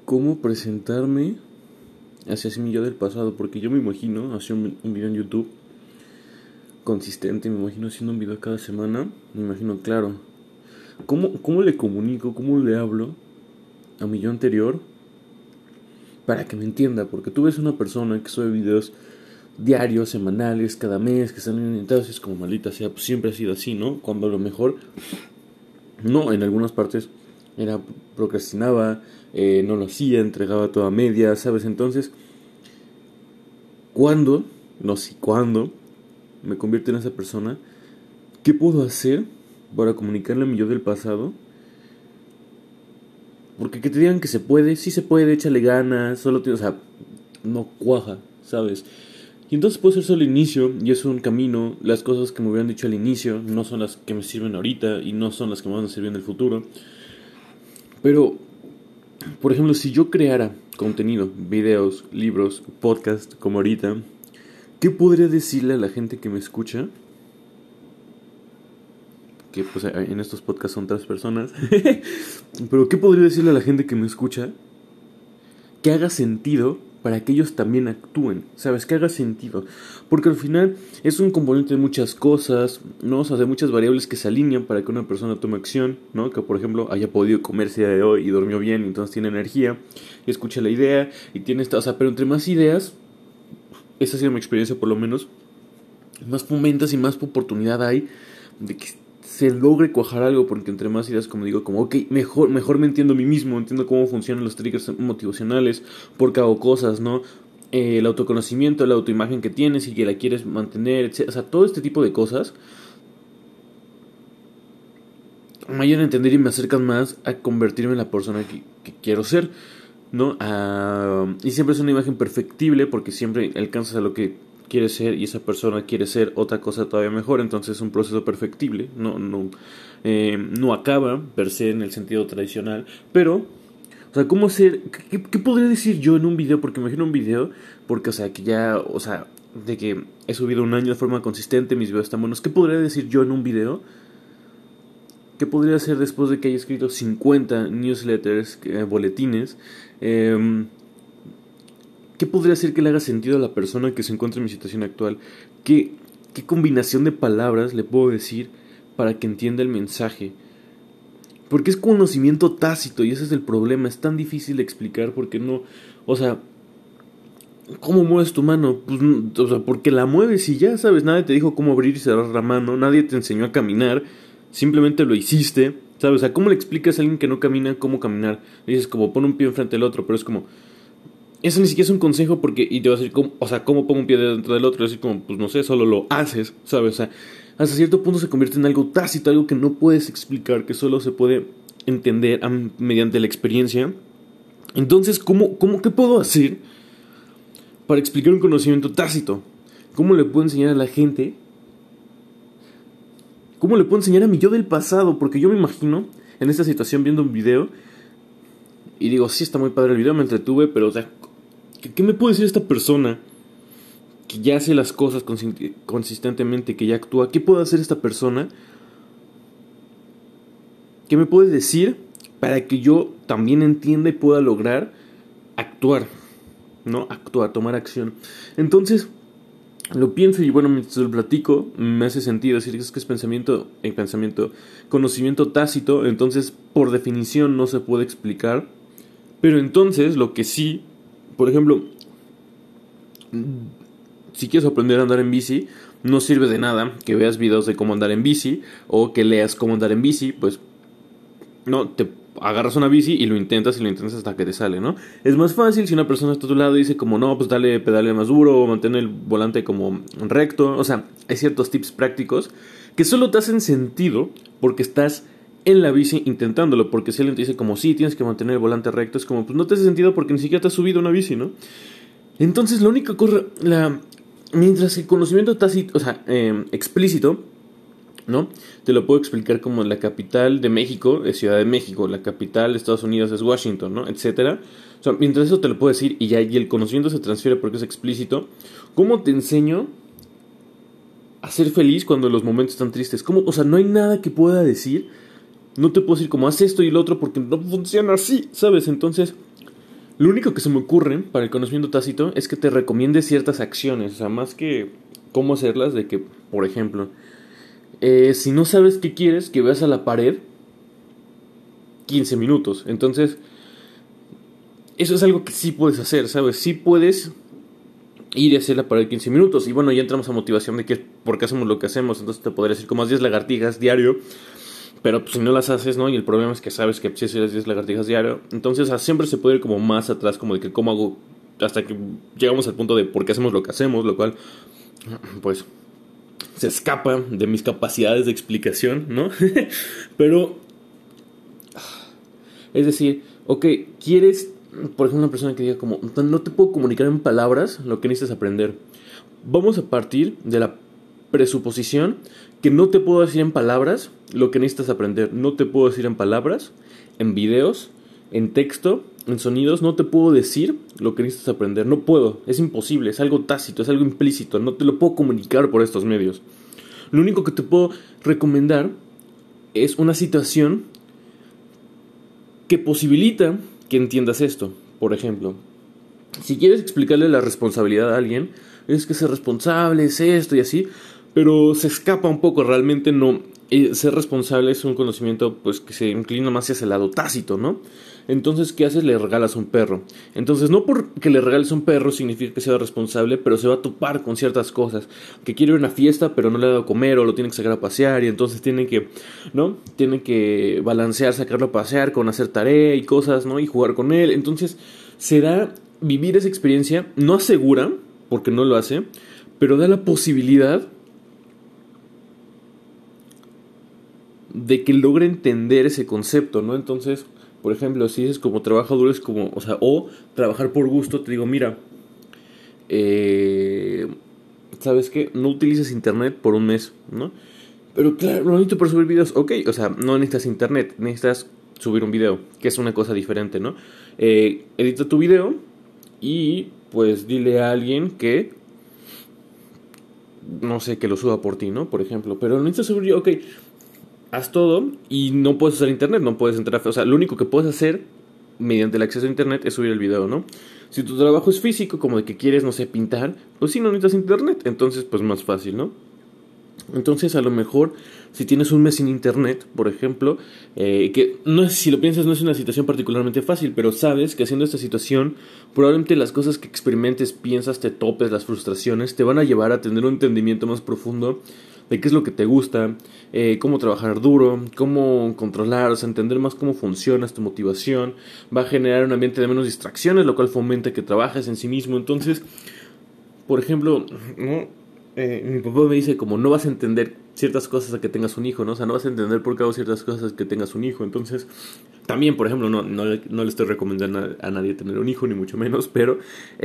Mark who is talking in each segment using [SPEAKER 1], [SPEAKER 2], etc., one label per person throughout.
[SPEAKER 1] cómo presentarme hacia mi yo del pasado, porque yo me imagino hacer un video en YouTube consistente, me imagino haciendo un video cada semana, me imagino, claro, ¿cómo le comunico, cómo le hablo a mi yo anterior para que me entienda? Porque tú ves una persona que sube videos diarios, semanales, cada mes, que están orientados, es como maldita sea, pues siempre ha sido así, ¿no? Cuando a lo mejor, no, en algunas partes procrastinaba, no lo hacía, entregaba toda media, ¿sabes? Entonces, ¿cuándo? No sé cuándo me convierto en esa persona. ¿Qué puedo hacer para comunicarle a mi yo del pasado? Porque que te digan que se puede, sí se puede, échale ganas, solo o sea, no cuaja, ¿sabes? Y entonces puede ser solo el inicio, y es un camino. Las cosas que me hubieran dicho al inicio no son las que me sirven ahorita, y no son las que me van a servir en el futuro. Pero, por ejemplo, si yo creara contenido, videos, libros, podcast, como ahorita, ¿qué podría decirle a la gente que me escucha? Que pues en estos podcasts son 3 personas. Pero ¿qué podría decirle a la gente que me escucha que haga sentido para que ellos también actúen? ¿Sabes? Que haga sentido. Porque al final es un componente de muchas cosas, ¿no? O sea, de muchas variables que se alinean para que una persona tome acción, ¿no? Que por ejemplo haya podido comerse el día de hoy y durmió bien, y entonces tiene energía y escucha la idea y tiene esta... O sea, pero entre más ideas, esa ha sido mi experiencia por lo menos, más fomentas y más oportunidad hay de que se logre cuajar algo, porque entre más ideas, como digo, como ok, mejor me entiendo a mí mismo, entiendo cómo funcionan los triggers motivacionales, porque hago cosas, ¿no? El autoconocimiento, la autoimagen que tienes y que la quieres mantener, etc. O sea, todo este tipo de cosas me ayudan a entender y me acercan más a convertirme en la persona que quiero ser, ¿no? Y siempre es una imagen perfectible, porque siempre alcanzas a lo que quieres ser y esa persona quiere ser otra cosa todavía mejor. Entonces es un proceso perfectible, no acaba per se en el sentido tradicional, pero, o sea, ¿cómo ser? ¿Qué podría decir yo en un video? Porque me imagino un video, porque, o sea, que ya, o sea, de que he subido un año de forma consistente, mis videos están buenos. ¿Qué podría decir yo en un video? ¿Qué podría hacer después de que haya escrito 50 newsletters, boletines? ¿Qué podría hacer que le haga sentido a la persona que se encuentra en mi situación actual? ¿Qué combinación de palabras le puedo decir para que entienda el mensaje? Porque es conocimiento tácito, y ese es el problema. Es tan difícil de explicar porque no... O sea, ¿cómo mueves tu mano? Pues, o sea, porque la mueves y ya, ¿sabes? Nadie te dijo cómo abrir y cerrar la mano. Nadie te enseñó a caminar. Simplemente lo hiciste, ¿sabes? O sea, ¿cómo le explicas a alguien que no camina cómo caminar? Le dices como pon un pie enfrente del otro, pero es como... Eso ni siquiera es un consejo, porque... Y te va a decir, ¿cómo pongo un pie dentro del otro? Es decir, como, pues no sé, solo lo haces, ¿sabes? O sea, hasta cierto punto se convierte en algo tácito, algo que no puedes explicar, que solo se puede entender mediante la experiencia. Entonces, ¿qué puedo hacer para explicar un conocimiento tácito? ¿Cómo le puedo enseñar a la gente? ¿Cómo le puedo enseñar a mi yo del pasado? Porque yo me imagino en esta situación viendo un video y digo, sí, está muy padre el video, me entretuve, pero, o sea, ¿qué me puede decir esta persona que ya hace las cosas consistentemente, que ya actúa? ¿Qué puede hacer esta persona? ¿Qué me puede decir para que yo también entienda y pueda lograr actuar? ¿No? Actuar, tomar acción. Entonces, lo pienso y bueno, mientras lo platico, me hace sentido decir que es pensamiento, conocimiento tácito. Entonces, por definición, no se puede explicar. Pero entonces, lo que sí, por ejemplo, si quieres aprender a andar en bici, no sirve de nada que veas videos de cómo andar en bici o que leas cómo andar en bici. Pues no, te agarras una bici y lo intentas hasta que te sale, ¿no? Es más fácil si una persona está a tu lado y dice como no, pues pedale más duro, o mantén el volante como recto. O sea, hay ciertos tips prácticos que solo te hacen sentido porque estás en la bici intentándolo. Porque si alguien te dice como sí, tienes que mantener el volante recto, es como pues no te hace sentido porque ni siquiera te has subido a una bici, ¿no? Entonces la única cosa, mientras el conocimiento tácito, o sea, explícito, ¿no? Te lo puedo explicar como la capital de México es Ciudad de México, la capital de Estados Unidos es Washington, ¿no? Etcétera. O sea, mientras eso te lo puedo decir y el conocimiento se transfiere porque es explícito. ¿Cómo te enseño a ser feliz cuando los momentos están tristes? ¿Cómo? O sea, no hay nada que pueda decir. No te puedo decir como haz esto y lo otro porque no funciona así, ¿sabes? Entonces, Lo único que se me ocurre para el conocimiento tácito es que te recomiende ciertas acciones, o sea, más que cómo hacerlas, de que, por ejemplo, si no sabes qué quieres, que veas a la pared 15 minutos. Entonces, eso es algo que sí puedes hacer, ¿sabes? Sí puedes ir y hacer la pared 15 minutos. Y bueno, ya entramos a motivación de que por qué hacemos lo que hacemos. Entonces te podría decir como haz 10 lagartijas diario. Pero pues, si no las haces, ¿no? Y el problema es que sabes que si haces 10 lagartijas diario. Entonces siempre se puede ir como más atrás, como de que cómo hago, hasta que llegamos al punto de por qué hacemos lo que hacemos. Lo cual, pues, se escapa de mis capacidades de explicación, ¿no? Pero, es decir, ok, quieres, por ejemplo, una persona que diga como, no te puedo comunicar en palabras lo que necesitas aprender. Vamos a partir de la presuposición que no te puedo decir en palabras lo que necesitas aprender. No te puedo decir en palabras, en videos, en texto, en sonidos. No te puedo decir lo que necesitas aprender. No puedo, es imposible, es algo tácito, es algo implícito. No te lo puedo comunicar por estos medios. Lo único que te puedo recomendar es una situación que posibilita que entiendas esto. Por ejemplo, si quieres explicarle la responsabilidad a alguien, es que ser responsable es esto y así, pero se escapa un poco, realmente no. Ser responsable es un conocimiento pues que se inclina más hacia el lado tácito, ¿no? Entonces, ¿qué haces? Le regalas un perro. Entonces, no porque le regales un perro significa que sea responsable, pero se va a topar con ciertas cosas. Que quiere ir a una fiesta, pero no le ha dado a comer, o lo tiene que sacar a pasear, y entonces tiene que, ¿no? Tiene que balancear, sacarlo a pasear con hacer tarea y cosas, ¿no? Y jugar con él. Entonces, será vivir esa experiencia, no asegura, porque no lo hace, pero da la posibilidad de que logre entender ese concepto, ¿no? Entonces, por ejemplo, si dices como trabajo duro es como, o sea, o trabajar por gusto, te digo, mira, ¿sabes qué? No utilices internet por un mes, ¿no? Pero claro, lo necesito para subir videos, ok, o sea, no necesitas internet, necesitas subir un video, que es una cosa diferente, ¿no? Edita tu video y pues dile a alguien que, no sé, que lo suba por ti, ¿no? Por ejemplo, pero necesitas subir, ok, haz todo y no puedes usar internet, no puedes entrar, o sea, lo único que puedes hacer mediante el acceso a internet es subir el video, ¿no? Si tu trabajo es físico, como de que quieres, no sé, pintar, pues sí, no necesitas internet, entonces pues más fácil, ¿no? Entonces a lo mejor si tienes un mes sin internet, por ejemplo, que no es, si lo piensas no es una situación particularmente fácil, pero sabes que haciendo esta situación probablemente las cosas que experimentes, piensas, te topes, las frustraciones te van a llevar a tener un entendimiento más profundo de qué es lo que te gusta, cómo trabajar duro, cómo controlar, o sea, entender más cómo funciona tu motivación, va a generar un ambiente de menos distracciones, lo cual fomenta que trabajes en sí mismo. Entonces, por ejemplo, ¿no? Mi papá me dice como no vas a entender ciertas cosas a que tengas un hijo, ¿no? O sea, no vas a entender por qué hago ciertas cosas a que tengas un hijo. Entonces, también, por ejemplo, no le estoy recomendando a nadie tener un hijo, ni mucho menos, pero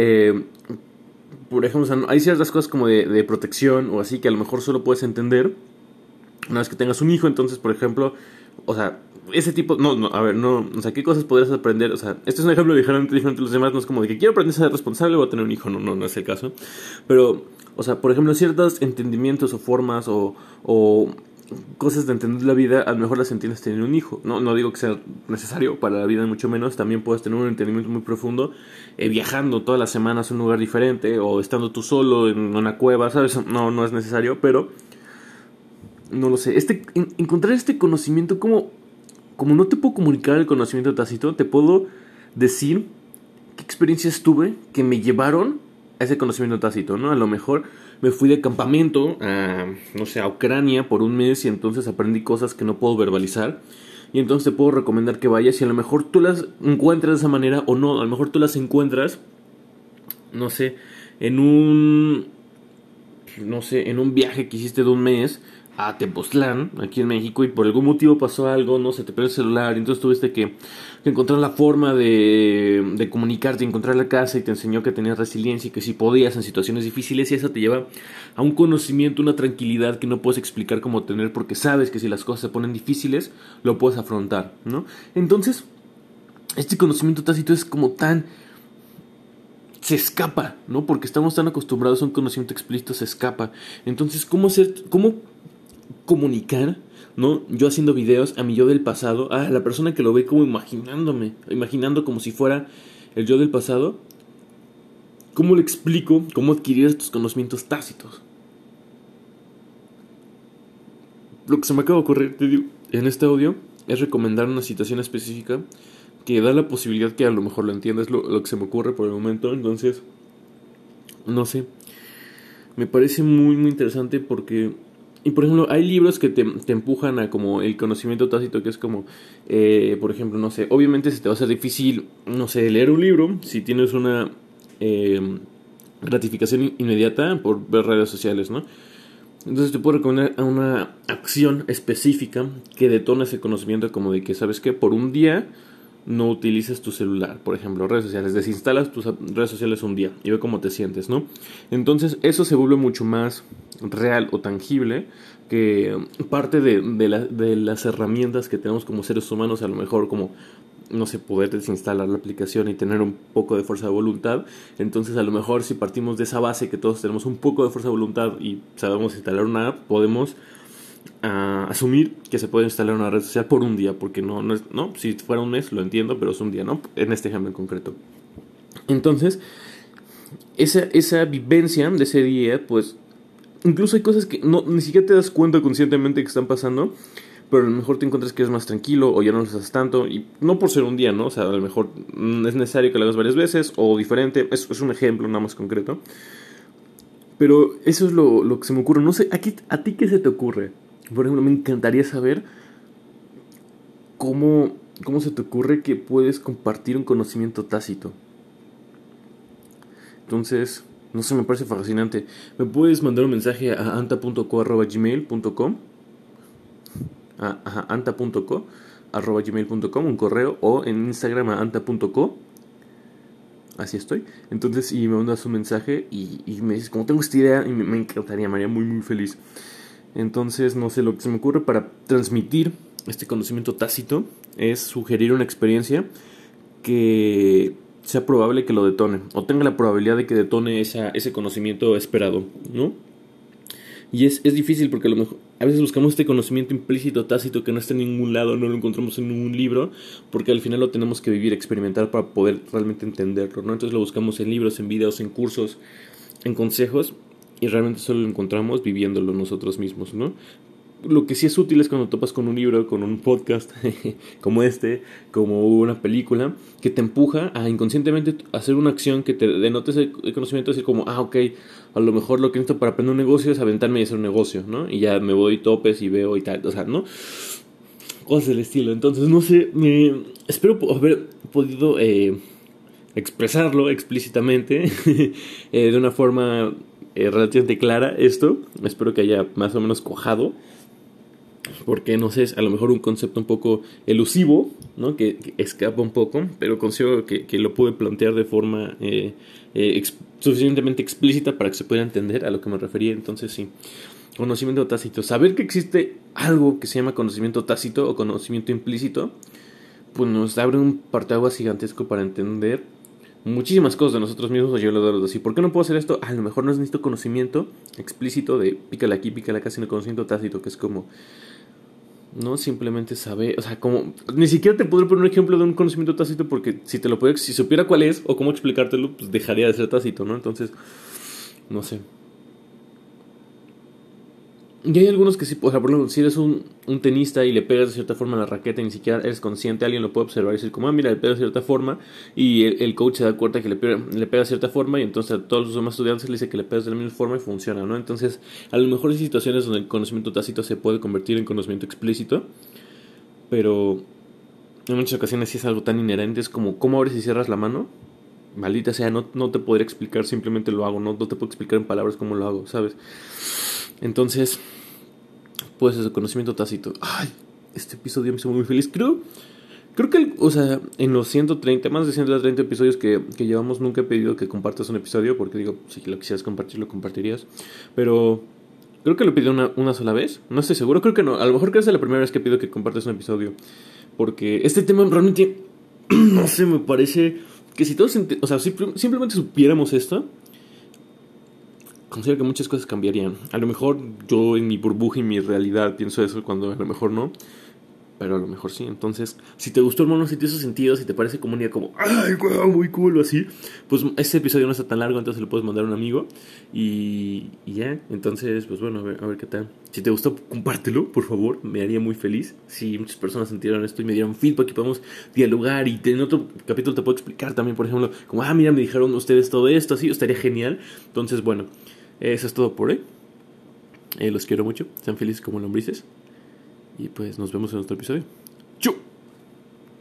[SPEAKER 1] por ejemplo, o sea, hay ciertas cosas como de protección o así que a lo mejor solo puedes entender una vez que tengas un hijo. Entonces, por ejemplo, o sea, ese tipo, o sea, ¿qué cosas podrías aprender? O sea, este es un ejemplo diferente a los demás, no es como de que quiero aprender a ser responsable o a tener un hijo, no es el caso. Pero, o sea, por ejemplo, ciertos entendimientos o formas o cosas de entender la vida, a lo mejor las entiendes teniendo un hijo. No digo que sea necesario para la vida, mucho menos. También puedes tener un entendimiento muy profundo viajando todas las semanas a un lugar diferente o estando tú solo en una cueva, ¿sabes? No es necesario, pero no lo sé. Encontrar este conocimiento, como no te puedo comunicar el conocimiento tácito, te puedo decir qué experiencias tuve que me llevaron a ese conocimiento tácito, ¿no? A lo mejor me fui de campamento a, no sé, a Ucrania por un mes y entonces aprendí cosas que no puedo verbalizar. Y entonces te puedo recomendar que vayas y a lo mejor tú las encuentras de esa manera o no. A lo mejor tú las encuentras, no sé, en un viaje que hiciste de un mes a Tepoztlán, aquí en México, y por algún motivo pasó algo, no sé, te perdió el celular, y entonces tuviste que encontrar la forma de comunicarte, encontrar la casa, y te enseñó que tenías resiliencia y que sí podías en situaciones difíciles, y eso te lleva a un conocimiento, una tranquilidad que no puedes explicar cómo tener, porque sabes que si las cosas se ponen difíciles, lo puedes afrontar, ¿no? Entonces, este conocimiento tácito es como tan... se escapa, ¿no? Porque estamos tan acostumbrados a un conocimiento explícito, se escapa. Entonces, ¿cómo comunicar, ¿no? Yo haciendo videos a mi yo del pasado, a la persona que lo ve como imaginando como si fuera el yo del pasado, ¿cómo le explico cómo adquirir estos conocimientos tácitos? Lo que se me acaba de ocurrir, te digo, en este audio es recomendar una situación específica que da la posibilidad que a lo mejor lo entiendas, lo que se me ocurre por el momento. Entonces, no sé, me parece muy muy interesante porque, y por ejemplo, hay libros que te empujan a como el conocimiento tácito, que es como, por ejemplo, no sé, obviamente se te va a hacer difícil, no sé, leer un libro si tienes una gratificación inmediata por ver redes sociales, ¿no? Entonces te puedo recomendar una acción específica que detona ese conocimiento, como de que, ¿sabes qué? Por un día no utilices tu celular, por ejemplo, redes sociales, desinstalas tus redes sociales un día y ve cómo te sientes, ¿no? Entonces eso se vuelve mucho más real o tangible que parte de las herramientas que tenemos como seres humanos, a lo mejor como, no sé, poder desinstalar la aplicación y tener un poco de fuerza de voluntad. Entonces a lo mejor si partimos de esa base que todos tenemos un poco de fuerza de voluntad y sabemos instalar una app, podemos asumir que se puede instalar una red social por un día, porque no, si fuera un mes lo entiendo, pero es un día, ¿no? En este ejemplo en concreto. Entonces, esa vivencia de ese día, pues, incluso hay cosas que ni siquiera te das cuenta conscientemente que están pasando, pero a lo mejor te encuentras que eres más tranquilo o ya no lo haces tanto, y no por ser un día, ¿no? O sea, a lo mejor es necesario que lo hagas varias veces o diferente, es un ejemplo nada más concreto. Pero eso es lo que se me ocurre. No sé, ¿a ti qué se te ocurre? Por ejemplo, me encantaría saber cómo se te ocurre que puedes compartir un conocimiento tácito. Entonces, no sé, me parece fascinante. Me puedes mandar un mensaje a anta.co@gmail.com, anta.co@gmail.com, un correo, o en Instagram a anta.co. Así estoy. Entonces, y me mandas un mensaje y me dices, como tengo esta idea, y me encantaría, me haría muy muy feliz. Entonces, no sé, lo que se me ocurre para transmitir este conocimiento tácito es sugerir una experiencia que sea probable que lo detone, o tenga la probabilidad de que detone ese conocimiento esperado, ¿no? Y es difícil porque a veces buscamos este conocimiento implícito, tácito, que no está en ningún lado, no lo encontramos en ningún libro, porque al final lo tenemos que vivir, experimentar para poder realmente entenderlo, ¿no? Entonces lo buscamos en libros, en videos, en cursos, en consejos, y realmente solo lo encontramos viviéndolo nosotros mismos, ¿no? Lo que sí es útil es cuando topas con un libro, con un podcast como este, como una película, que te empuja a inconscientemente hacer una acción que te denote ese conocimiento, decir como, ok, a lo mejor lo que necesito para aprender un negocio es aventarme y hacer un negocio, ¿no? Y ya me voy topes y veo y tal, o sea, ¿no? Cosas del estilo. Entonces, no sé, espero haber podido expresarlo explícitamente de una forma relativamente clara esto. Espero que haya más o menos cuajado, porque no sé, es a lo mejor un concepto un poco elusivo, ¿no? Que escapa un poco, pero considero que lo pude plantear de forma suficientemente explícita para que se pueda entender a lo que me refería. Entonces sí, conocimiento tácito, saber que existe algo que se llama conocimiento tácito o conocimiento implícito, pues nos abre un parteaguas gigantesco para entender muchísimas cosas de nosotros mismos. Yo lo digo así, ¿por qué no puedo hacer esto? A lo mejor no necesito conocimiento explícito de pícala aquí, pícala acá, sino conocimiento tácito, que es como, no simplemente saber, o sea, como, ni siquiera te podré poner un ejemplo de un conocimiento tácito, porque si supiera cuál es o cómo explicártelo, pues dejaría de ser tácito, ¿no? Entonces, no sé. Y hay algunos que sí, o sea, por ejemplo, si eres un tenista y le pegas de cierta forma a la raqueta y ni siquiera eres consciente, alguien lo puede observar y decir como, mira, le pega de cierta forma, y el coach se da cuenta que le pega de cierta forma, y entonces a todos los demás estudiantes le dice que le pegas de la misma forma y funciona, ¿no? Entonces, a lo mejor hay situaciones donde el conocimiento tácito se puede convertir en conocimiento explícito, pero en muchas ocasiones sí es algo tan inherente, es como, ¿cómo abres y cierras la mano? Maldita sea, no te podría explicar, simplemente lo hago, no te puedo explicar en palabras cómo lo hago, ¿sabes? Entonces, pues ese conocimiento tácito. Ay, este episodio me hizo muy feliz. Creo que, o sea, en los 130, más de 130 episodios que llevamos, nunca he pedido que compartas un episodio, porque digo, si lo quisieras compartir, lo compartirías. Pero creo que lo pedí una sola vez. No estoy seguro, creo que no. A lo mejor que es la primera vez que pido que compartas un episodio. Porque este tema realmente, no sé, me parece que si todos, o sea, si simplemente supiéramos esto, considero que muchas cosas cambiarían. A lo mejor yo en mi burbuja y mi realidad pienso eso, cuando a lo mejor no. pero a lo mejor sí. Entonces, si te gustó, hermano, si te hizo sentido, si te parece como un día como, ay, wow, muy cool o así, pues este episodio no está tan largo, entonces lo puedes mandar a un amigo y ya. Entonces, pues bueno, a ver qué tal. Si te gustó, compártelo, por favor, me haría muy feliz. Si muchas personas sintieron esto y me dieron feedback y podemos dialogar y en otro capítulo te puedo explicar también, por ejemplo, como, mira, me dijeron ustedes todo esto, así, estaría genial. Entonces, bueno, eso es todo por hoy. Los quiero mucho, sean felices como lombrices. Y pues nos vemos en otro episodio. ¡Chau!